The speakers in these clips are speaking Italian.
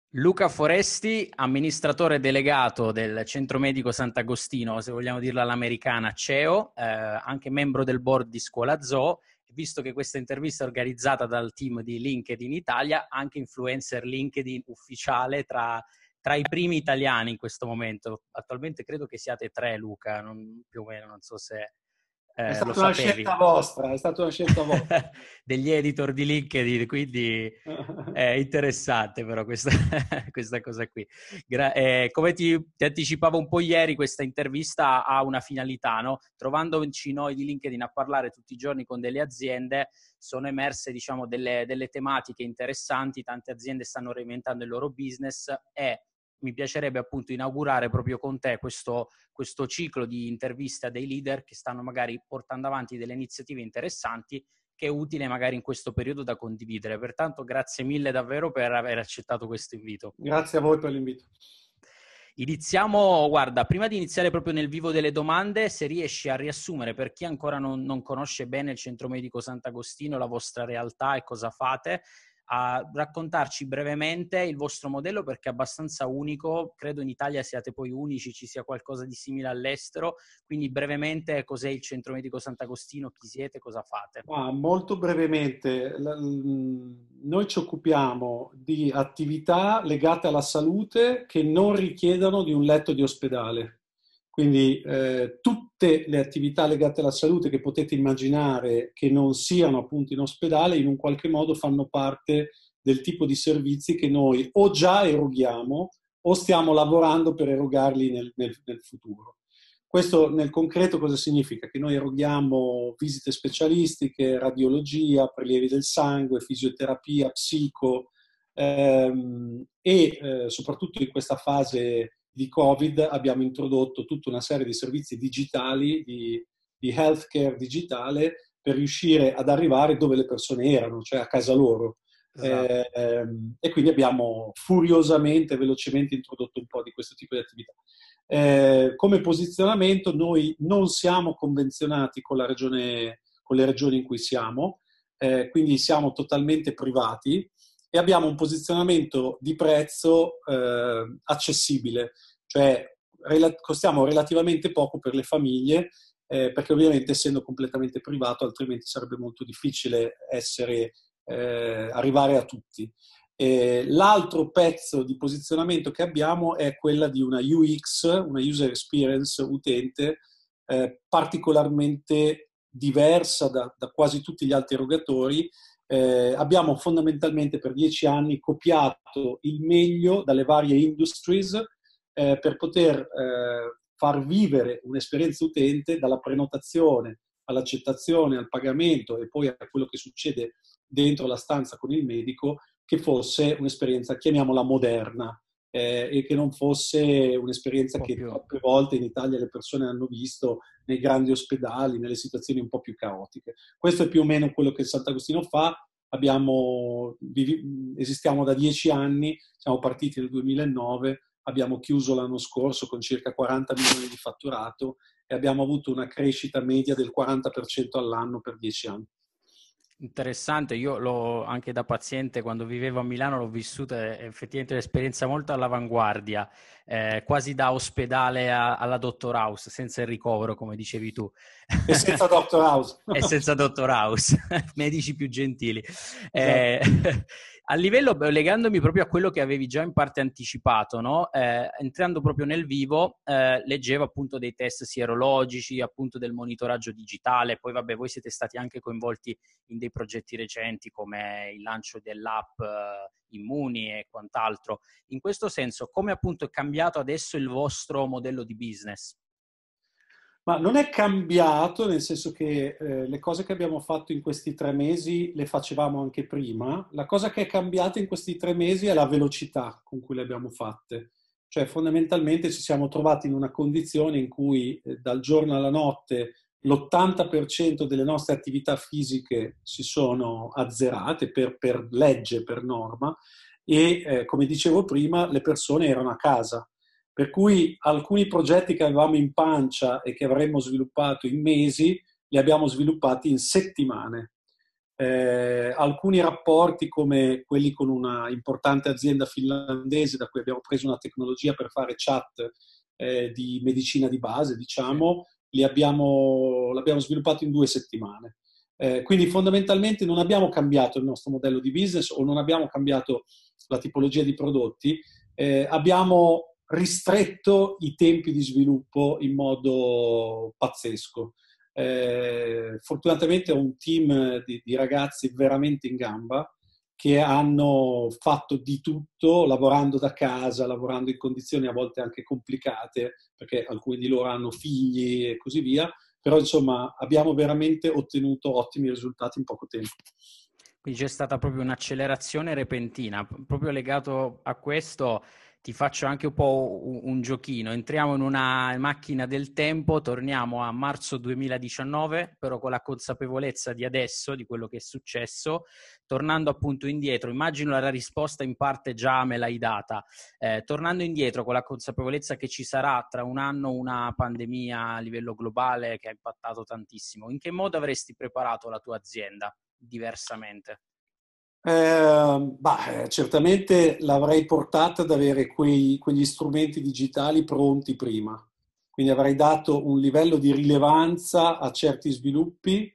Luca Foresti, amministratore delegato del Centro Medico Sant'Agostino, se vogliamo dirla all'americana, CEO, anche membro del board di Scuola Zoo. Visto che questa intervista è organizzata dal team di LinkedIn Italia, anche influencer LinkedIn ufficiale tra i primi italiani in questo momento. Attualmente credo che siate tre, Luca, più o meno, non so se È lo stata una sapevi. scelta vostra, è stata una scelta vostra. Degli editor di LinkedIn, quindi è interessante però questa, questa cosa qui. Come ti anticipavo un po' ieri, questa intervista ha una finalità, no? Trovandoci noi di LinkedIn a parlare tutti i giorni con delle aziende, sono emerse, diciamo, delle tematiche interessanti. Tante aziende stanno reinventando il loro business e mi piacerebbe appunto inaugurare proprio con te questo ciclo di interviste a dei leader che stanno magari portando avanti delle iniziative interessanti che è utile magari in questo periodo da condividere. Pertanto grazie mille davvero per aver accettato questo invito. Grazie a voi per l'invito. Iniziamo, guarda, prima di iniziare proprio nel vivo delle domande, se riesci a riassumere per chi ancora non conosce bene il Centro Medico Sant'Agostino, la vostra realtà e cosa fate, a raccontarci brevemente il vostro modello perché è abbastanza unico, credo in Italia siate poi unici, ci sia qualcosa di simile all'estero, quindi brevemente cos'è il Centro Medico Sant'Agostino, chi siete, cosa fate? Molto brevemente, noi ci occupiamo di attività legate alla salute che non richiedano di un letto di ospedale. Quindi tutte le attività legate alla salute che potete immaginare che non siano appunto in ospedale, in un qualche modo fanno parte del tipo di servizi che noi o già eroghiamo o stiamo lavorando per erogarli nel futuro. Questo nel concreto cosa significa? Che noi eroghiamo visite specialistiche, radiologia, prelievi del sangue, fisioterapia, psico soprattutto in questa fase di Covid abbiamo introdotto tutta una serie di servizi digitali, di healthcare digitale per riuscire ad arrivare dove le persone erano, cioè a casa loro. Esatto. E quindi abbiamo furiosamente, velocemente introdotto un po' di questo tipo di attività. Come posizionamento noi non siamo convenzionati con con le regioni in cui siamo, quindi siamo totalmente privati e abbiamo un posizionamento di prezzo accessibile, cioè costiamo relativamente poco per le famiglie, perché ovviamente essendo completamente privato altrimenti sarebbe molto difficile arrivare a tutti. L'altro pezzo di posizionamento che abbiamo è quella di una UX, una User Experience utente, particolarmente diversa da quasi tutti gli altri erogatori. Abbiamo fondamentalmente per 10 anni copiato il meglio dalle varie industries per poter far vivere un'esperienza utente dalla prenotazione all'accettazione, al pagamento e poi a quello che succede dentro la stanza con il medico, che fosse un'esperienza, chiamiamola moderna, e che non fosse un'esperienza Un po' che più. troppe volte in Italia le persone hanno visto nei grandi ospedali, nelle situazioni un po' più caotiche. Questo è più o meno quello che Sant'Agostino fa. Esistiamo da 10 anni, siamo partiti nel 2009, abbiamo chiuso l'anno scorso con circa 40 milioni di fatturato e abbiamo avuto una crescita media del 40% all'anno per 10 anni. Interessante, io anche da paziente quando vivevo a Milano l'ho vissuta, è effettivamente un'esperienza molto all'avanguardia, quasi da ospedale alla Dottor House, senza il ricovero, come dicevi tu. E senza Dr. House. E senza Dottor House, medici più gentili. Esatto. Eh, a livello, legandomi proprio a quello che avevi già in parte anticipato, no? Entrando proprio nel vivo, leggevo appunto dei test sierologici, appunto del monitoraggio digitale, poi vabbè, voi siete stati anche coinvolti in dei progetti recenti come il lancio dell'app Immuni e quant'altro. In questo senso, come appunto è cambiato adesso il vostro modello di business? Ma non è cambiato, nel senso che le cose che abbiamo fatto in questi 3 mesi le facevamo anche prima. La cosa che è cambiata in questi 3 mesi è la velocità con cui le abbiamo fatte. Cioè, fondamentalmente ci siamo trovati in una condizione in cui dal giorno alla notte l'80% delle nostre attività fisiche si sono azzerate per legge, per norma, e come dicevo prima, le persone erano a casa. Per cui alcuni progetti che avevamo in pancia e che avremmo sviluppato in mesi, li abbiamo sviluppati in settimane. Alcuni rapporti come quelli con una importante azienda finlandese da cui abbiamo preso una tecnologia per fare chat di medicina di base, diciamo, l'abbiamo sviluppato in 2 settimane. Quindi fondamentalmente non abbiamo cambiato il nostro modello di business o non abbiamo cambiato la tipologia di prodotti, abbiamo ristretto i tempi di sviluppo in modo pazzesco. Fortunatamente ho un team di ragazzi veramente in gamba che hanno fatto di tutto, lavorando da casa, lavorando in condizioni a volte anche complicate, perché alcuni di loro hanno figli e così via, però insomma abbiamo veramente ottenuto ottimi risultati in poco tempo. Quindi c'è stata proprio un'accelerazione repentina. Proprio legato a questo ti faccio anche un po' un giochino. Entriamo in una macchina del tempo, torniamo a marzo 2019, però con la consapevolezza di adesso, di quello che è successo, tornando appunto indietro. Immagino la risposta in parte già me l'hai data. Tornando indietro con la consapevolezza che ci sarà tra un anno una pandemia a livello globale che ha impattato tantissimo, in che modo avresti preparato la tua azienda diversamente? Certamente l'avrei portata ad avere quegli strumenti digitali pronti prima. Quindi avrei dato un livello di rilevanza a certi sviluppi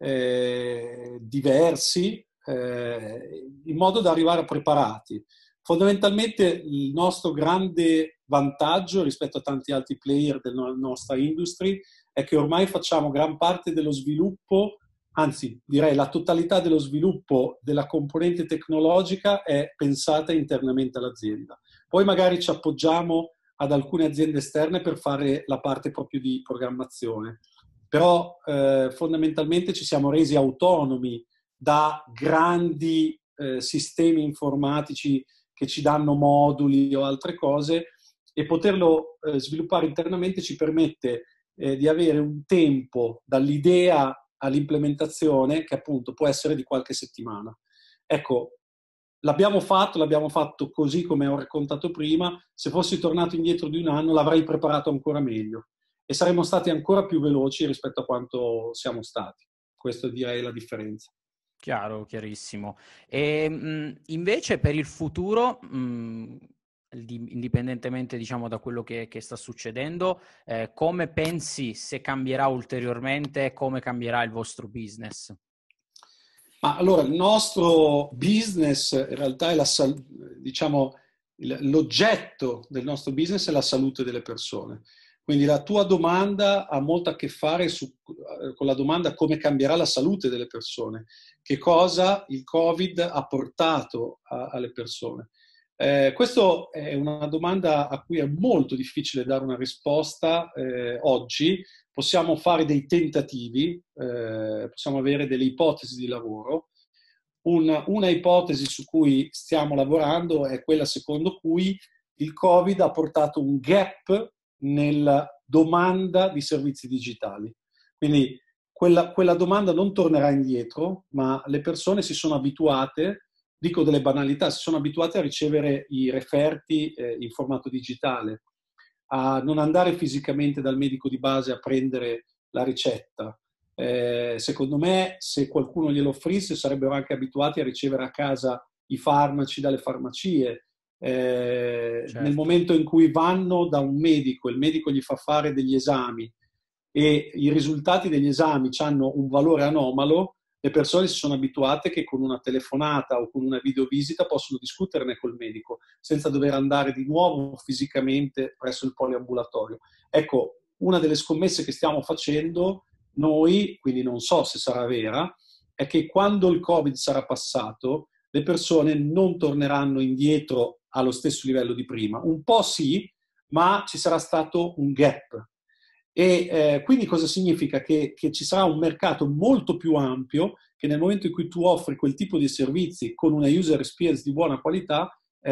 diversi, in modo da arrivare preparati. Fondamentalmente il nostro grande vantaggio rispetto a tanti altri player della nostra industry è che ormai facciamo gran parte dello sviluppo, anzi direi la totalità dello sviluppo della componente tecnologica è pensata internamente all'azienda. Poi magari ci appoggiamo ad alcune aziende esterne per fare la parte proprio di programmazione, però fondamentalmente ci siamo resi autonomi da grandi sistemi informatici che ci danno moduli o altre cose, e poterlo sviluppare internamente ci permette di avere un tempo dall'idea all'implementazione che appunto può essere di qualche settimana. Ecco, l'abbiamo fatto così come ho raccontato prima. Se fossi tornato indietro di un anno l'avrei preparato ancora meglio e saremmo stati ancora più veloci rispetto a quanto siamo stati. Questo direi è la differenza. Chiaro, chiarissimo. E invece per il futuro, indipendentemente diciamo da quello che sta succedendo, come pensi se cambierà ulteriormente, come cambierà il vostro business? Ma allora, il nostro business in realtà è diciamo, l'oggetto del nostro business è la salute delle persone. Quindi la tua domanda ha molto a che fare con la domanda come cambierà la salute delle persone, che cosa il Covid ha portato alle persone. Questa è una domanda a cui è molto difficile dare una risposta oggi. Possiamo fare dei tentativi, possiamo avere delle ipotesi di lavoro. Una ipotesi su cui stiamo lavorando è quella secondo cui il Covid ha portato un gap nella domanda di servizi digitali. Quindi quella domanda non tornerà indietro, ma le persone si sono abituate, dico delle banalità, si sono abituate a ricevere i referti in formato digitale, a non andare fisicamente dal medico di base a prendere la ricetta. Secondo me, se qualcuno glielo offrisse, sarebbero anche abituati a ricevere a casa i farmaci dalle farmacie. Nel Certo. momento in cui vanno da un medico, il medico gli fa fare degli esami e i risultati degli esami hanno un valore anomalo, le persone si sono abituate che con una telefonata o con una videovisita possono discuterne col medico senza dover andare di nuovo fisicamente presso il poliambulatorio. Ecco, una delle scommesse che stiamo facendo noi, quindi non so se sarà vera, è che quando il Covid sarà passato, le persone non torneranno indietro allo stesso livello di prima. Un po' sì, ma ci sarà stato un gap. E quindi cosa significa? Che ci sarà un mercato molto più ampio che nel momento in cui tu offri quel tipo di servizi con una user experience di buona qualità,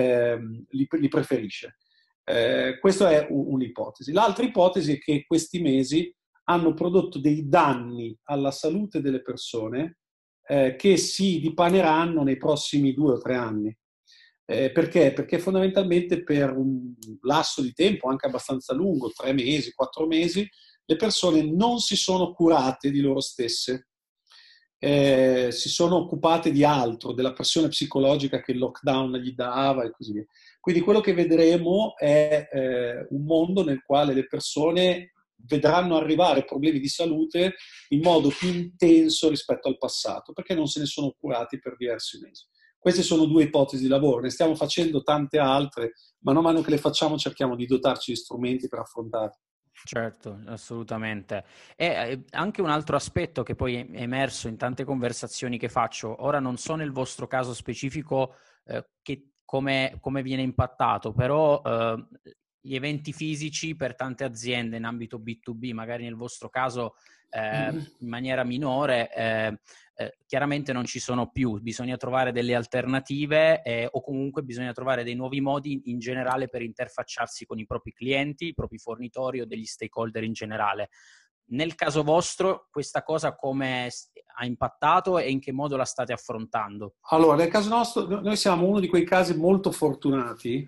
li preferisce. Questa è un'ipotesi. L'altra ipotesi è che questi mesi hanno prodotto dei danni alla salute delle persone che si dipaneranno nei prossimi 2 o 3 anni. Perché? Perché fondamentalmente per un lasso di tempo anche abbastanza lungo, 3 mesi, 4 mesi, le persone non si sono curate di loro stesse. si sono occupate di altro, della pressione psicologica che il lockdown gli dava e così via. Quindi quello che vedremo è un mondo nel quale le persone vedranno arrivare problemi di salute in modo più intenso rispetto al passato, perché non se ne sono curati per diversi mesi. Queste sono due ipotesi di lavoro, ne stiamo facendo tante altre, ma man mano che le facciamo cerchiamo di dotarci di strumenti per affrontarle. Certo, assolutamente. E anche un altro aspetto che poi è emerso in tante conversazioni che faccio, ora non so nel vostro caso specifico come viene impattato, però gli eventi fisici per tante aziende in ambito B2B, magari nel vostro caso in maniera minore, chiaramente non ci sono più, bisogna trovare delle alternative o comunque bisogna trovare dei nuovi modi in generale per interfacciarsi con i propri clienti, i propri fornitori o degli stakeholder in generale. Nel caso vostro, questa cosa come ha impattato e in che modo la state affrontando? Allora, nel caso nostro, noi siamo uno di quei casi molto fortunati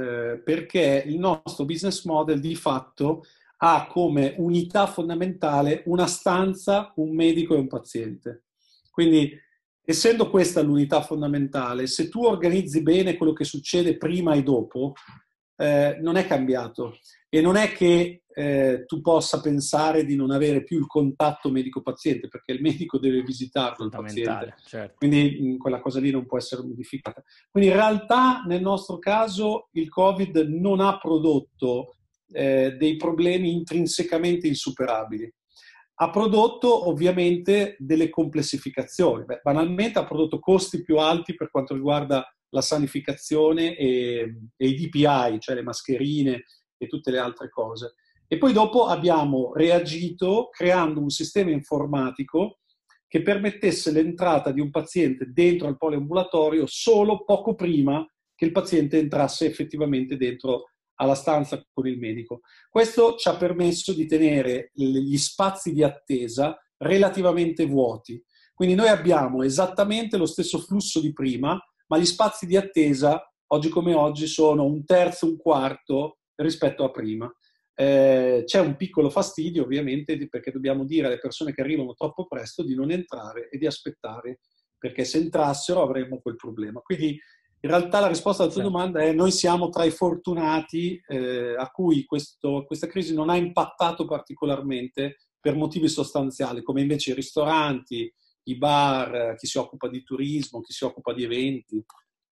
perché il nostro business model di fatto ha come unità fondamentale una stanza, un medico e un paziente. Quindi, essendo questa l'unità fondamentale, se tu organizzi bene quello che succede prima e dopo, non è cambiato. E non è che tu possa pensare di non avere più il contatto medico-paziente, perché il medico deve visitarlo, il paziente. Certo. Quindi quella cosa lì non può essere modificata. Quindi in realtà nel nostro caso il Covid non ha prodotto dei problemi intrinsecamente insuperabili. Ha prodotto ovviamente delle complessificazioni. Banalmente ha prodotto costi più alti per quanto riguarda la sanificazione e i DPI, cioè le mascherine e tutte le altre cose. E poi dopo abbiamo reagito creando un sistema informatico che permettesse l'entrata di un paziente dentro al poliambulatorio solo poco prima che il paziente entrasse effettivamente dentro alla stanza con il medico. Questo ci ha permesso di tenere gli spazi di attesa relativamente vuoti. Quindi noi abbiamo esattamente lo stesso flusso di prima, ma gli spazi di attesa, oggi come oggi, sono un terzo, un quarto rispetto a prima. C'è un piccolo fastidio, ovviamente, perché dobbiamo dire alle persone che arrivano troppo presto di non entrare e di aspettare, perché se entrassero avremmo quel problema. Quindi in realtà la risposta alla tua domanda è: noi siamo tra i fortunati a cui questa crisi non ha impattato particolarmente per motivi sostanziali, come invece i ristoranti, i bar, chi si occupa di turismo, chi si occupa di eventi.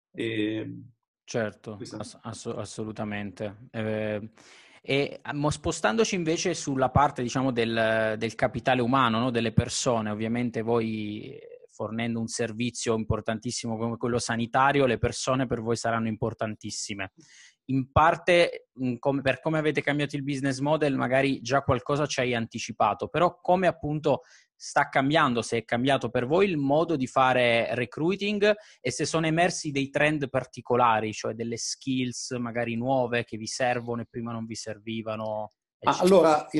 Certo, assolutamente. E spostandoci invece sulla parte, diciamo, del capitale umano, no? Delle persone, ovviamente voi fornendo un servizio importantissimo come quello sanitario, le persone per voi saranno importantissime. In parte, per come avete cambiato il business model, magari già qualcosa ci hai anticipato, però come appunto sta cambiando, se è cambiato per voi il modo di fare recruiting e se sono emersi dei trend particolari, cioè delle skills magari nuove che vi servono e prima non vi servivano. Allora,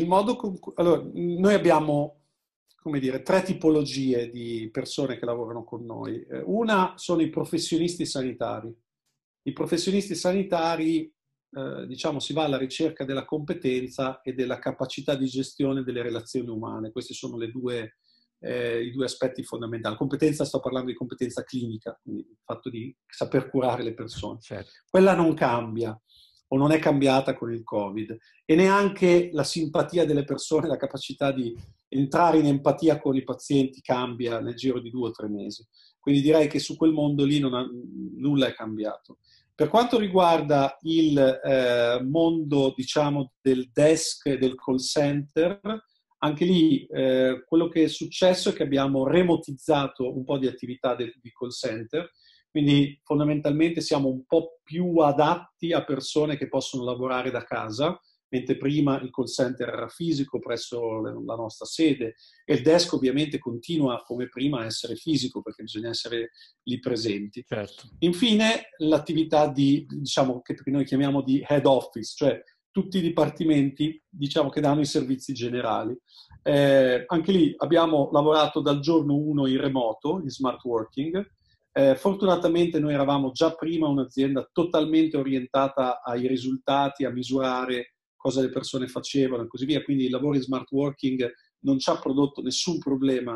noi abbiamo, come dire, tre tipologie di persone che lavorano con noi. Una sono i professionisti sanitari. I professionisti sanitari, diciamo, si va alla ricerca della competenza e della capacità di gestione delle relazioni umane. Questi sono i due aspetti fondamentali. Competenza, sto parlando di competenza clinica, quindi il fatto di saper curare le persone. Certo. Quella non cambia o non è cambiata con il Covid, e neanche la simpatia delle persone, la capacità di entrare in empatia con i pazienti cambia nel giro di 2 o 3 mesi. Quindi direi che su quel mondo lì nulla è cambiato. Per quanto riguarda il mondo, diciamo, del desk e del call center, anche lì quello che è successo è che abbiamo remotizzato un po' di attività di call center, quindi fondamentalmente siamo un po' più adatti a persone che possono lavorare da casa, mentre prima il call center era fisico presso la nostra sede e il desk ovviamente continua come prima a essere fisico perché bisogna essere lì presenti. Certo. Infine l'attività diciamo, che noi chiamiamo di head office, cioè tutti i dipartimenti, diciamo, che danno i servizi generali. Anche lì abbiamo lavorato dal giorno 1 in remoto, in smart working. Fortunatamente noi eravamo già prima un'azienda totalmente orientata ai risultati, a misurare cosa le persone facevano e così via, quindi il lavoro in smart working non ci ha prodotto nessun problema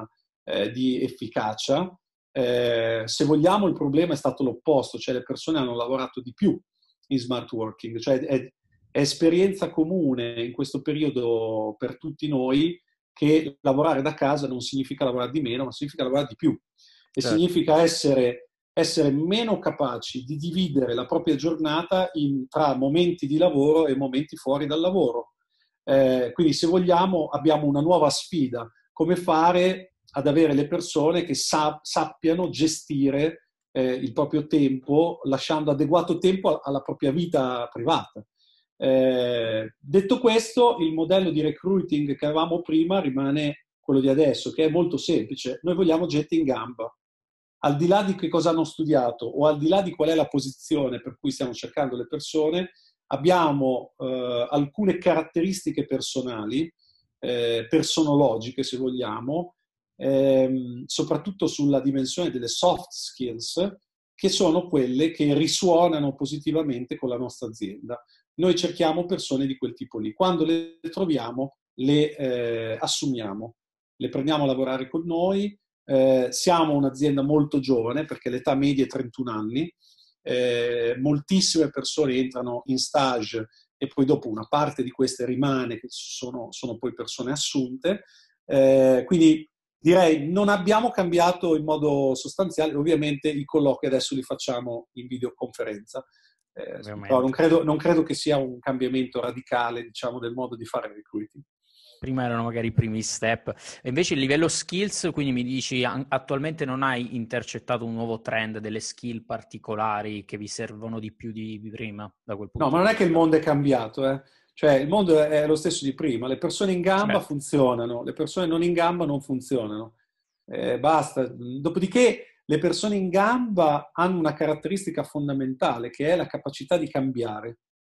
di efficacia. Se vogliamo, il problema è stato l'opposto, cioè le persone hanno lavorato di più in smart working, cioè è esperienza comune in questo periodo per tutti noi che lavorare da casa non significa lavorare di meno, ma significa lavorare di più e Certo. significa essere meno capaci di dividere la propria giornata tra momenti di lavoro e momenti fuori dal lavoro. Quindi se vogliamo abbiamo una nuova sfida, come fare ad avere le persone che sappiano gestire il proprio tempo, lasciando adeguato tempo alla propria vita privata. Detto questo, il modello di recruiting che avevamo prima rimane quello di adesso, che è molto semplice. Noi vogliamo gente in gamba. Al di là di che cosa hanno studiato o al di là di qual è la posizione per cui stiamo cercando le persone, abbiamo alcune caratteristiche personali, personologiche se vogliamo, soprattutto sulla dimensione delle soft skills, che sono quelle che risuonano positivamente con la nostra azienda. Noi cerchiamo persone di quel tipo lì. Quando le troviamo, le assumiamo, le prendiamo a lavorare con noi. Siamo un'azienda molto giovane perché l'età media è 31 anni. Moltissime persone entrano in stage e poi dopo una parte di queste rimane, che sono poi persone assunte. Quindi direi non abbiamo cambiato in modo sostanziale, ovviamente i colloqui adesso li facciamo in videoconferenza, però non credo che sia un cambiamento radicale, diciamo, del modo di fare recruiting. Prima erano magari i primi step. E invece il livello skills, quindi mi dici attualmente non hai intercettato un nuovo trend, delle skill particolari che vi servono di più di prima da quel No, punto ma di non è che il vista? mondo è cambiato, eh. Cioè il mondo è lo stesso di prima, le persone in gamba Certo. funzionano, le persone non in gamba non funzionano. Basta. Dopodiché le persone in gamba hanno una caratteristica fondamentale che è la capacità di cambiare.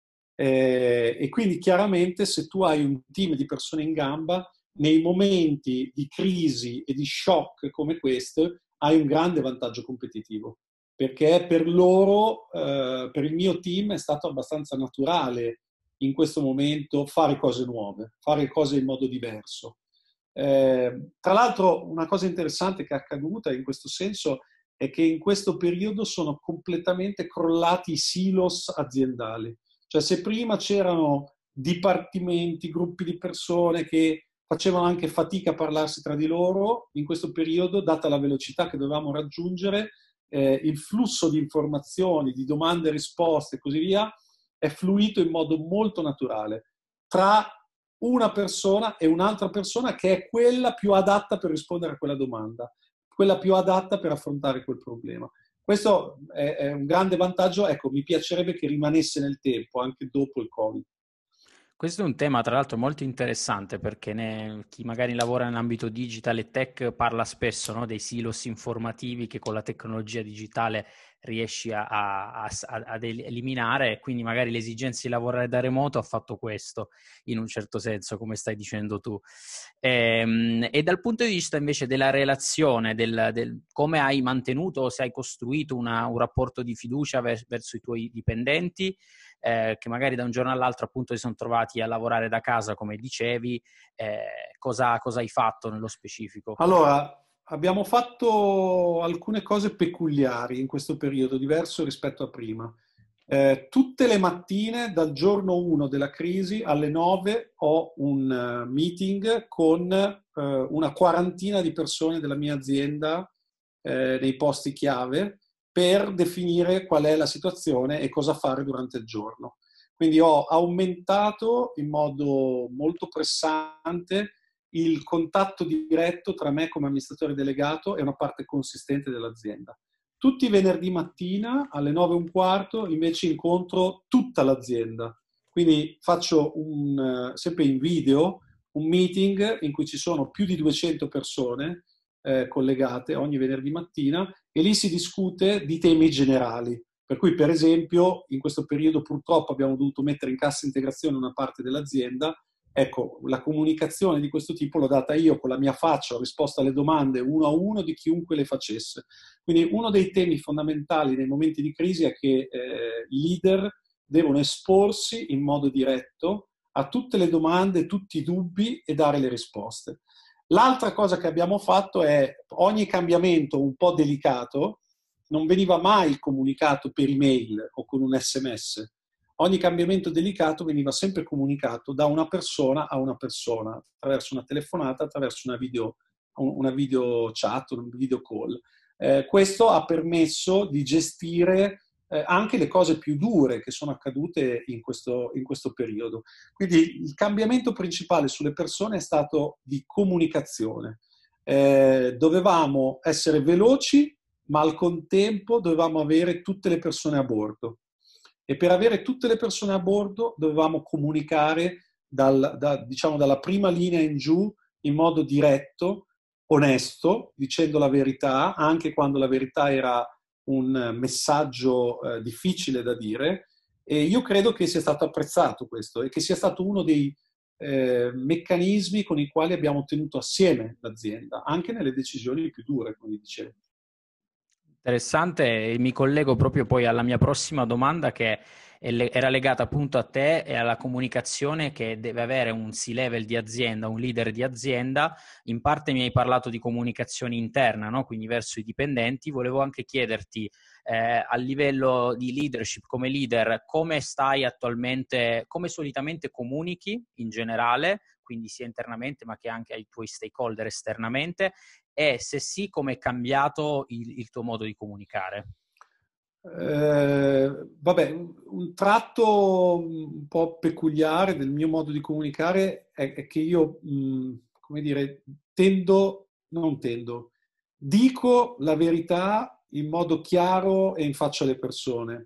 E quindi chiaramente se tu hai un team di persone in gamba, nei momenti di crisi e di shock come questo, hai un grande vantaggio competitivo. Perché per loro, per il mio team, è stato abbastanza naturale in questo momento fare cose nuove, fare cose in modo diverso. Tra l'altro, una cosa interessante che è accaduta in questo senso è che in questo periodo sono completamente crollati i silos aziendali. Cioè se prima c'erano dipartimenti, gruppi di persone che facevano anche fatica a parlarsi tra di loro, in questo periodo, data la velocità che dovevamo raggiungere, il flusso di informazioni, di domande e risposte e così via, è fluito in modo molto naturale tra una persona e un'altra persona che è quella più adatta per rispondere a quella domanda, quella più adatta per affrontare quel problema. Questo è un grande vantaggio, ecco, mi piacerebbe che rimanesse nel tempo, anche dopo il Covid. Questo è un tema, tra l'altro, molto interessante perché chi magari lavora nell'ambito digital e tech parla spesso, no, dei silos informativi che con la tecnologia digitale riesci ad eliminare, e quindi magari l'esigenza di lavorare da remoto ha fatto questo, in un certo senso, come stai dicendo tu. E dal punto di vista invece della relazione, del come hai mantenuto o se hai costruito un rapporto di fiducia verso i tuoi dipendenti, che magari da un giorno all'altro appunto si sono trovati a lavorare da casa, come dicevi, cosa hai fatto nello specifico? Allora, abbiamo fatto alcune cose peculiari in questo periodo, diverso rispetto a prima. Tutte le mattine, dal giorno 1 della crisi, alle 9 ho un meeting con una quarantina di persone della mia azienda nei posti chiave per definire qual è la situazione e cosa fare durante il giorno. Quindi ho aumentato in modo molto pressante il contatto diretto tra me come amministratore delegato e una parte consistente dell'azienda. Tutti i venerdì mattina alle 9:15 invece incontro tutta l'azienda. Quindi faccio sempre in video un meeting in cui ci sono più di 200 persone collegate ogni venerdì mattina e lì si discute di temi generali. Per cui, per esempio, in questo periodo purtroppo abbiamo dovuto mettere in cassa integrazione una parte dell'azienda. Ecco, la comunicazione di questo tipo l'ho data io con la mia faccia, ho risposto alle domande uno a uno di chiunque le facesse. Quindi uno dei temi fondamentali nei momenti di crisi è che i leader devono esporsi in modo diretto a tutte le domande, tutti i dubbi e dare le risposte. L'altra cosa che abbiamo fatto è ogni cambiamento un po' delicato non veniva mai comunicato per email o con un SMS. Ogni cambiamento delicato veniva sempre comunicato da una persona a una persona, attraverso una telefonata, attraverso una video chat, un video call. Questo ha permesso di gestire anche le cose più dure che sono accadute in questo periodo. Quindi il cambiamento principale sulle persone è stato di comunicazione. Dovevamo essere veloci, ma al contempo dovevamo avere tutte le persone a bordo. E per avere tutte le persone a bordo dovevamo comunicare diciamo, dalla prima linea in giù in modo diretto, onesto, dicendo la verità, anche quando la verità era un messaggio difficile da dire. E io credo che sia stato apprezzato questo e che sia stato uno dei meccanismi con i quali abbiamo tenuto assieme l'azienda, anche nelle decisioni più dure, come dicevo. Interessante, e mi collego proprio poi alla mia prossima domanda che era legata appunto a te e alla comunicazione che deve avere un C-level di azienda, un leader di azienda. In parte mi hai parlato di comunicazione interna, no? Quindi verso i dipendenti. Volevo anche chiederti a livello di leadership, come leader, come stai attualmente, come solitamente comunichi in generale, quindi sia internamente ma che anche ai tuoi stakeholder esternamente, e se sì, come è cambiato il tuo modo di comunicare? Vabbè, un tratto un po' peculiare del mio modo di comunicare è che io, come dire, dico la verità in modo chiaro e in faccia alle persone.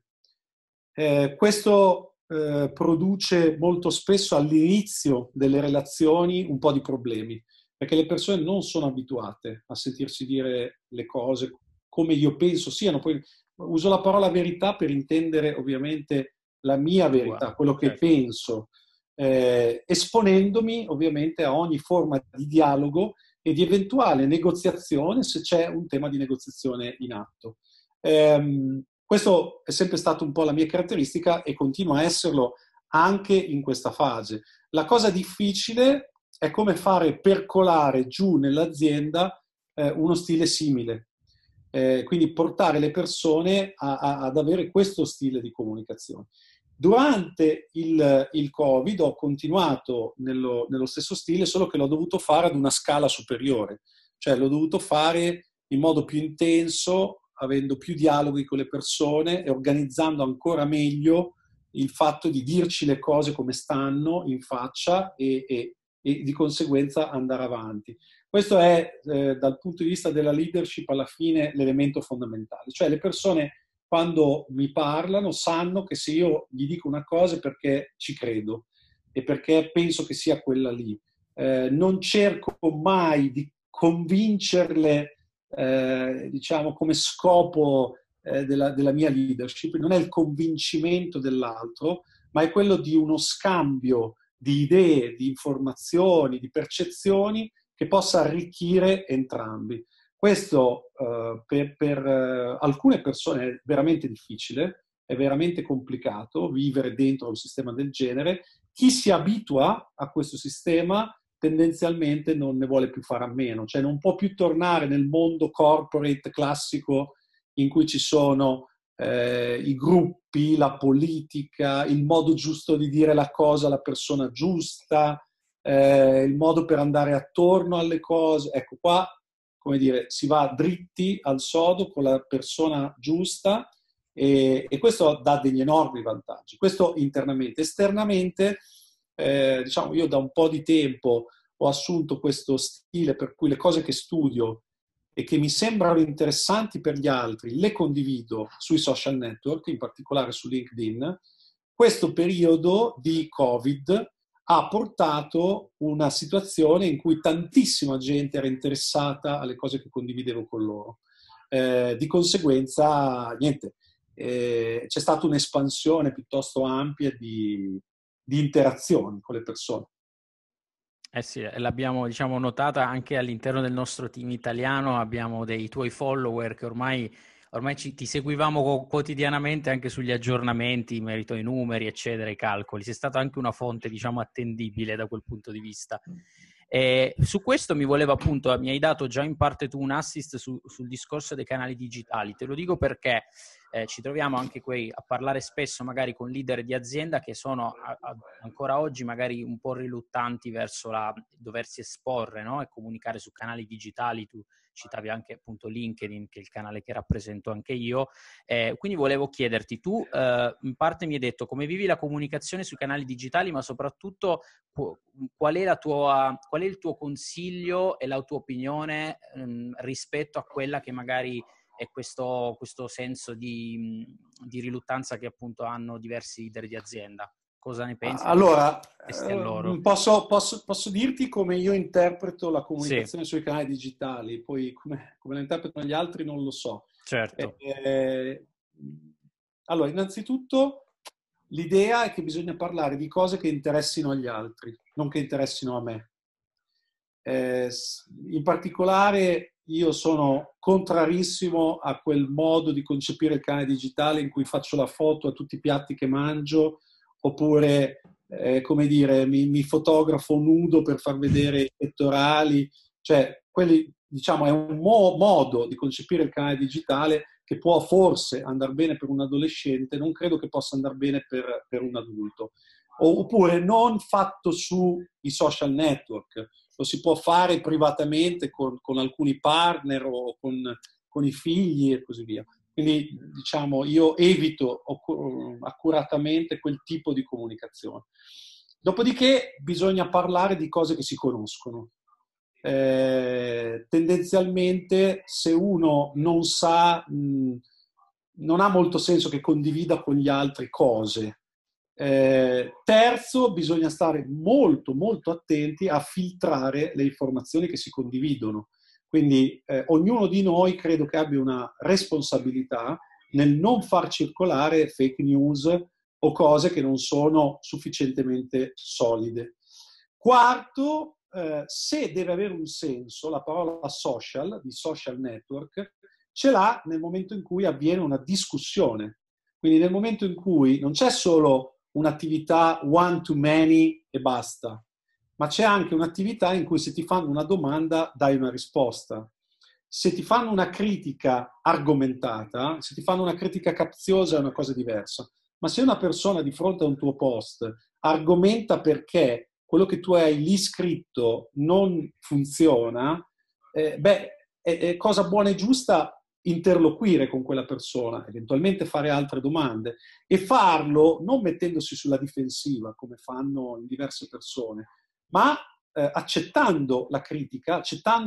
Questo produce molto spesso all'inizio delle relazioni un po' di problemi, perché le persone non sono abituate a sentirsi dire le cose come io penso siano. Poi uso la parola verità per intendere ovviamente la mia verità, quello che certo. penso, esponendomi ovviamente a ogni forma di dialogo e di eventuale negoziazione se c'è un tema di negoziazione in atto. Questo è sempre stato un po' la mia caratteristica e continua a esserlo anche in questa fase. La cosa difficile è come fare percolare giù nell'azienda uno stile simile. Quindi portare le persone ad avere questo stile di comunicazione. Durante il Covid ho continuato nello stesso stile, solo che l'ho dovuto fare ad una scala superiore, cioè l'ho dovuto fare in modo più intenso, avendo più dialoghi con le persone e organizzando ancora meglio il fatto di dirci le cose come stanno in faccia e di conseguenza andare avanti. Questo è, dal punto di vista della leadership, alla fine l'elemento fondamentale. Cioè le persone, quando mi parlano, sanno che se io gli dico una cosa è perché ci credo e perché penso che sia quella lì. Non cerco mai di convincerle, diciamo, come scopo della mia leadership. Non è il convincimento dell'altro, ma è quello di uno scambio di idee, di informazioni, di percezioni che possa arricchire entrambi. Questo per alcune persone è veramente difficile, è veramente complicato vivere dentro un sistema del genere. Chi si abitua a questo sistema tendenzialmente non ne vuole più fare a meno, cioè non può più tornare nel mondo corporate classico in cui ci sono i gruppi, la politica, il modo giusto di dire la cosa alla persona giusta, il modo per andare attorno alle cose. Ecco, qua, come dire, si va dritti al sodo con la persona giusta e questo dà degli enormi vantaggi. Questo internamente. Esternamente, diciamo, io da un po' di tempo ho assunto questo stile per cui le cose che studio e che mi sembrano interessanti per gli altri le condivido sui social network, in particolare su LinkedIn. Questo periodo di Covid ha portato una situazione in cui tantissima gente era interessata alle cose che condividevo con loro. Di conseguenza, niente, c'è stata un'espansione piuttosto ampia di interazioni con le persone. Eh sì, l'abbiamo, diciamo, notata anche all'interno del nostro team italiano. Abbiamo dei tuoi follower che ormai ti seguivamo quotidianamente anche sugli aggiornamenti in merito ai numeri, eccetera, ai calcoli. Sei stata anche una fonte, diciamo, attendibile da quel punto di vista. Su questo mi hai dato già in parte tu un assist sul discorso dei canali digitali. Te lo dico perché ci troviamo anche qui a parlare spesso magari con leader di azienda che sono ancora oggi magari un po' riluttanti verso doversi esporre, no? E comunicare su canali digitali. Tu citavi anche appunto LinkedIn, che è il canale che rappresento anche io. Quindi volevo chiederti, tu in parte mi hai detto come vivi la comunicazione sui canali digitali, ma soprattutto qual è il tuo consiglio e la tua opinione rispetto a quella che magari è questo senso di riluttanza che appunto hanno diversi leader di azienda. Cosa ne pensi? Allora, A loro? posso dirti come io interpreto la Sì, comunicazione sui canali digitali, poi come la interpretano gli altri non lo so. certo. Eh, allora, innanzitutto l'idea è che bisogna parlare di cose che interessino agli altri, non che interessino a me. In particolare io sono contrarissimo a quel modo di concepire il canale digitale in cui faccio la foto a tutti i piatti che mangio, oppure, come dire, mi fotografo nudo per far vedere i pettorali. Cioè, quelli, diciamo, è un modo di concepire il canale digitale che può forse andare bene per un adolescente, non credo che possa andare bene per un adulto. Oppure non fatto sui social network, lo si può fare privatamente con alcuni partner o con i figli e così via. Quindi, diciamo, io evito accuratamente quel tipo di comunicazione. Dopodiché bisogna parlare di cose che si conoscono. Tendenzialmente, se uno non sa, non ha molto senso che condivida con gli altri cose. Terzo, bisogna stare molto, molto attenti a filtrare le informazioni che si condividono. Quindi ognuno di noi credo che abbia una responsabilità nel non far circolare fake news o cose che non sono sufficientemente solide. Quarto, se deve avere un senso, la parola social, di social network, ce l'ha nel momento in cui avviene una discussione. Quindi nel momento in cui non c'è solo un'attività one to many e basta, ma c'è anche un'attività in cui se ti fanno una domanda dai una risposta. Se ti fanno una critica argomentata, se ti fanno una critica capziosa è una cosa diversa. Ma se una persona di fronte a un tuo post argomenta perché quello che tu hai lì scritto non funziona, è cosa buona e giusta interloquire con quella persona, eventualmente fare altre domande e farlo non mettendosi sulla difensiva come fanno in diverse persone, ma accettando la critica,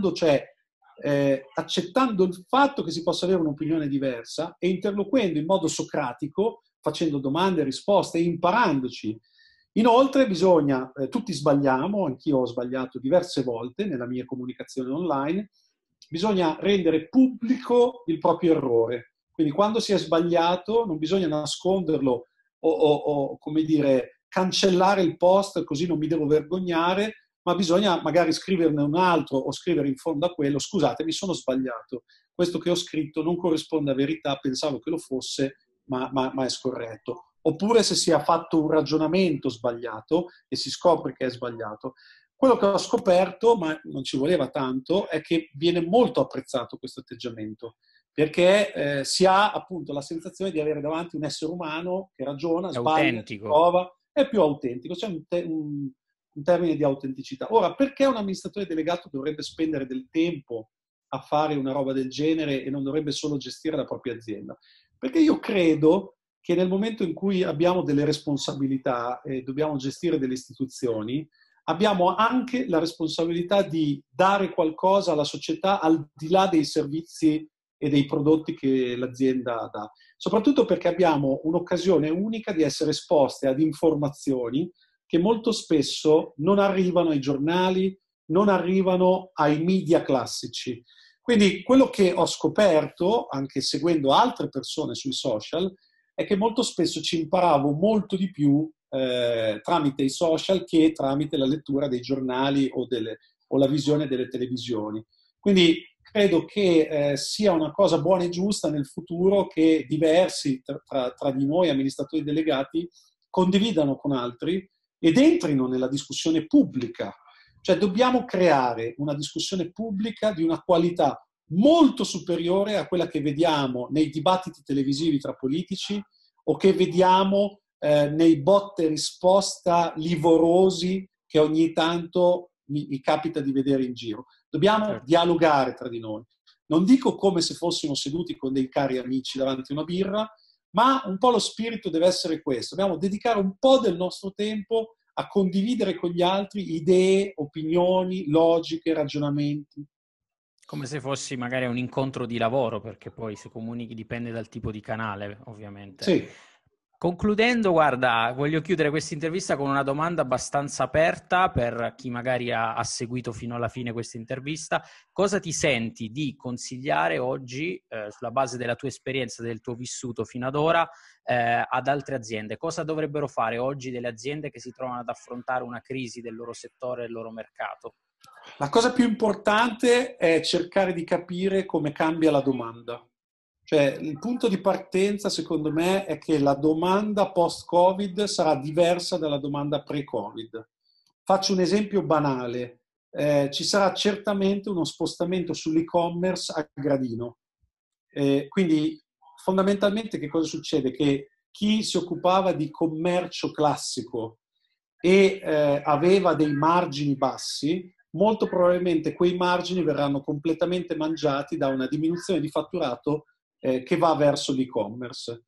accettando il fatto che si possa avere un'opinione diversa e interloquendo in modo socratico, facendo domande e risposte e imparandoci. Inoltre bisogna, tutti sbagliamo, anch'io ho sbagliato diverse volte nella mia comunicazione online, bisogna rendere pubblico il proprio errore. Quindi quando si è sbagliato non bisogna nasconderlo o come dire, cancellare il post così non mi devo vergognare, ma bisogna magari scriverne un altro o scrivere in fondo a quello: scusate, mi sono sbagliato, questo che ho scritto non corrisponde a verità, pensavo che lo fosse, ma è scorretto. Oppure se si è fatto un ragionamento sbagliato e si scopre che è sbagliato. Quello che ho scoperto, ma non ci voleva tanto, è che viene molto apprezzato questo atteggiamento, perché si ha appunto la sensazione di avere davanti un essere umano che ragiona, È sbaglia, si autentico. prova, è più autentico, c'è un termine di autenticità. Ora, perché un amministratore delegato dovrebbe spendere del tempo a fare una roba del genere e non dovrebbe solo gestire la propria azienda? Perché io credo che nel momento in cui abbiamo delle responsabilità e dobbiamo gestire delle istituzioni, abbiamo anche la responsabilità di dare qualcosa alla società al di là dei servizi e dei prodotti che l'azienda dà. Soprattutto perché abbiamo un'occasione unica di essere esposte ad informazioni che molto spesso non arrivano ai giornali, non arrivano ai media classici. Quindi quello che ho scoperto, anche seguendo altre persone sui social, è che molto spesso ci imparavo molto di più tramite i social che tramite la lettura dei giornali o la visione delle televisioni. Quindi credo che sia una cosa buona e giusta nel futuro che diversi tra di noi amministratori delegati condividano con altri ed entrino nella discussione pubblica Cioè dobbiamo creare una discussione pubblica di una qualità molto superiore a quella che vediamo nei dibattiti televisivi tra politici o che vediamo nei botte risposta livorosi che ogni tanto mi capita di vedere in giro. Dobbiamo dialogare tra di noi. Non dico come se fossimo seduti con dei cari amici davanti a una birra, ma un po' lo spirito deve essere questo. Dobbiamo dedicare un po' del nostro tempo a condividere con gli altri idee, opinioni, logiche, ragionamenti. Come se fossi magari un incontro di lavoro, perché poi se comunichi dipende dal tipo di canale, ovviamente. Sì. Concludendo, guarda, voglio chiudere questa intervista con una domanda abbastanza aperta per chi magari ha seguito fino alla fine questa intervista. Cosa ti senti di consigliare oggi, sulla base della tua esperienza, del tuo vissuto fino ad ora, ad altre aziende? Cosa dovrebbero fare oggi delle aziende che si trovano ad affrontare una crisi del loro settore e del loro mercato? La cosa più importante è cercare di capire come cambia la domanda. Cioè, il punto di partenza, secondo me, è che la domanda post-Covid sarà diversa dalla domanda pre-Covid. Faccio un esempio banale. Ci sarà certamente uno spostamento sull'e-commerce a gradino. Quindi, fondamentalmente, che cosa succede? Che chi si occupava di commercio classico e aveva dei margini bassi, molto probabilmente quei margini verranno completamente mangiati da una diminuzione di fatturato che va verso l'e-commerce.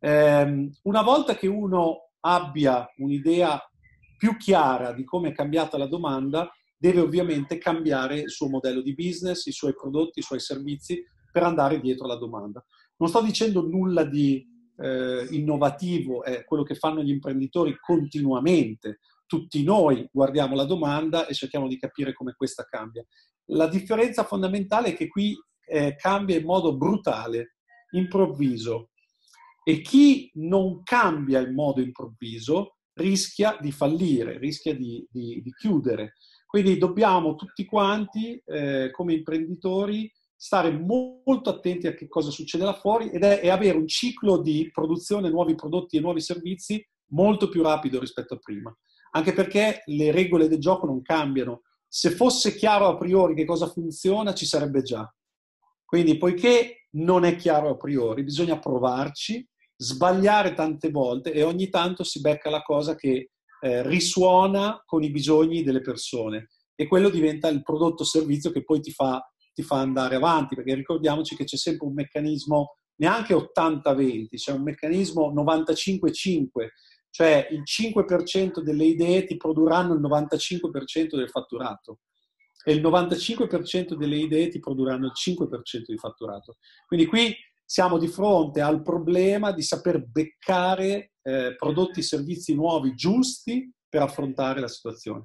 Una volta che uno abbia un'idea più chiara di come è cambiata la domanda, deve ovviamente cambiare il suo modello di business, i suoi prodotti, i suoi servizi per andare dietro alla domanda. Non sto dicendo nulla di innovativo, è quello che fanno gli imprenditori continuamente. Tutti noi guardiamo la domanda e cerchiamo di capire come questa cambia. La differenza fondamentale è che qui cambia in modo brutale, improvviso, e chi non cambia in modo improvviso rischia di fallire, rischia di chiudere. Quindi dobbiamo tutti quanti, come imprenditori, stare molto attenti a che cosa succede là fuori e avere un ciclo di produzione di nuovi prodotti e nuovi servizi molto più rapido rispetto a prima. Anche perché le regole del gioco non cambiano. Se fosse chiaro a priori che cosa funziona, ci sarebbe già. Quindi, poiché non è chiaro a priori, bisogna provarci, sbagliare tante volte e ogni tanto si becca la cosa che risuona con i bisogni delle persone e quello diventa il prodotto o servizio che poi ti fa andare avanti, perché ricordiamoci che c'è sempre un meccanismo neanche 80-20, c'è un meccanismo 95-5, cioè il 5% delle idee ti produrranno il 95% del fatturato e il 95% delle idee ti produrranno il 5% di fatturato. Quindi qui siamo di fronte al problema di saper beccare prodotti e servizi nuovi giusti per affrontare la situazione.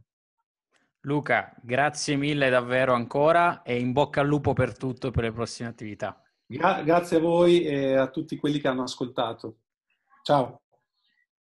Luca, grazie mille davvero ancora e in bocca al lupo per tutto e per le prossime attività. Grazie a voi e a tutti quelli che hanno ascoltato. Ciao.